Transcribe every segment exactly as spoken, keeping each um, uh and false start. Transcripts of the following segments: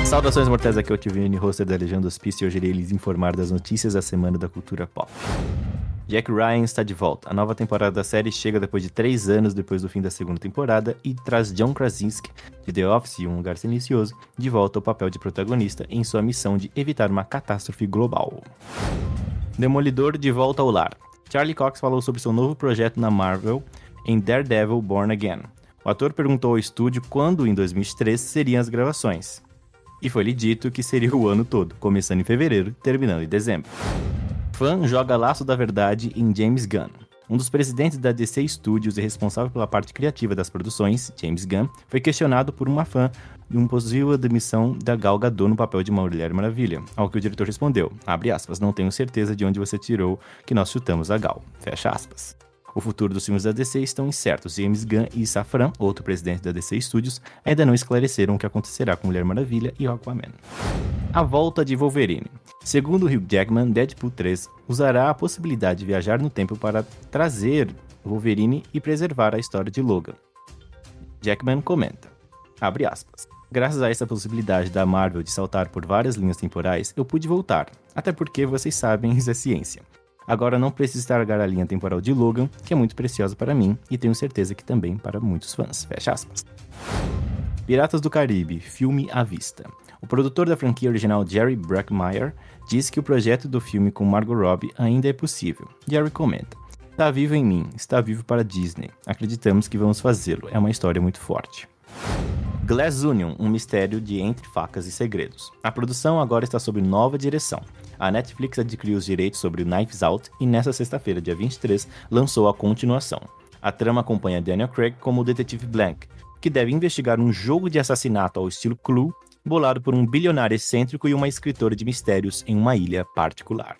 Saudações mortais, aqui é o Tio Vini, hoster da Legião do Hospício, e hoje irei lhes informar das notícias da semana da cultura pop. Jack Ryan está de volta. A nova temporada da série chega depois de três anos depois do fim da segunda temporada e traz John Krasinski, de The Office e Um Lugar Silencioso, de volta ao papel de protagonista em sua missão de evitar uma catástrofe global. Demolidor de volta ao lar. Charlie Cox falou sobre seu novo projeto na Marvel em Daredevil Born Again. O ator perguntou ao estúdio quando, em dois mil e vinte e três, seriam as gravações. E foi-lhe dito que seria o ano todo, começando em fevereiro e terminando em dezembro. Fã joga laço da verdade em James Gunn. Um dos presidentes da D C Studios e responsável pela parte criativa das produções, James Gunn, foi questionado por uma fã de uma possível demissão da Gal Gadot no papel de Mulher Maravilha, ao que o diretor respondeu, abre aspas, não tenho certeza de onde você tirou que nós chutamos a Gal, fecha aspas. O futuro dos filmes da D C estão incertos. James Gunn e Safran, outro presidente da D C Studios, ainda não esclareceram o que acontecerá com Mulher Maravilha e Aquaman. A volta de Wolverine. Segundo Hugh Jackman, Deadpool três usará a possibilidade de viajar no tempo para trazer Wolverine e preservar a história de Logan. Jackman comenta, abre aspas, graças a essa possibilidade da Marvel de saltar por várias linhas temporais, eu pude voltar, até porque vocês sabem, isso é ciência. Agora não preciso estragar a linha temporal de Logan, que é muito preciosa para mim e tenho certeza que também para muitos fãs. Fecha aspas. Piratas do Caribe, filme à vista. O produtor da franquia original Jerry Bruckheimer diz que o projeto do filme com Margot Robbie ainda é possível. Jerry comenta, está vivo em mim, está vivo para Disney. Acreditamos que vamos fazê-lo, é uma história muito forte. Glass Onion, um mistério de Entre Facas e Segredos. A produção agora está sob nova direção. A Netflix adquiriu os direitos sobre Knives Out e nesta sexta-feira, dia vinte e três, lançou a continuação. A trama acompanha Daniel Craig como o detetive Blank, que deve investigar um jogo de assassinato ao estilo Clue, bolado por um bilionário excêntrico e uma escritora de mistérios em uma ilha particular.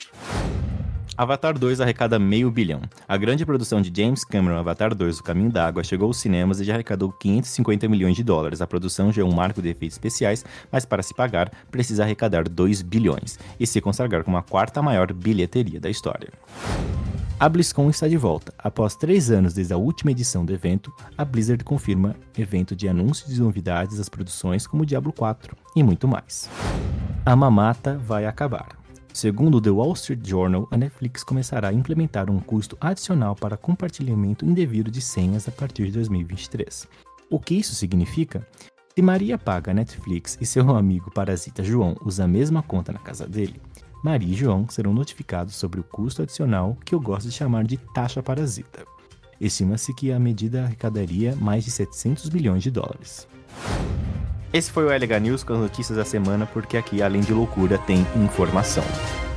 Avatar dois arrecada meio bilhão. A grande produção de James Cameron, Avatar dois, O Caminho da Água, chegou aos cinemas e já arrecadou quinhentos e cinquenta milhões de dólares. A produção já é um marco de efeitos especiais, mas para se pagar, precisa arrecadar dois bilhões e se consagrar como a quarta maior bilheteria da história. A BlizzCon está de volta. Após três anos desde a última edição do evento, a Blizzard confirma evento de anúncios de novidades das produções como Diablo quatro e muito mais. A mamata vai acabar. Segundo o The Wall Street Journal, a Netflix começará a implementar um custo adicional para compartilhamento indevido de senhas a partir de dois mil e vinte e três. O que isso significa? Se Maria paga a Netflix e seu amigo parasita João usa a mesma conta na casa dele, Maria e João serão notificados sobre o custo adicional que eu gosto de chamar de taxa parasita. Estima-se que a medida arrecadaria mais de setecentos milhões de dólares. Esse foi o L H News com as notícias da semana, porque aqui, além de loucura, tem informação.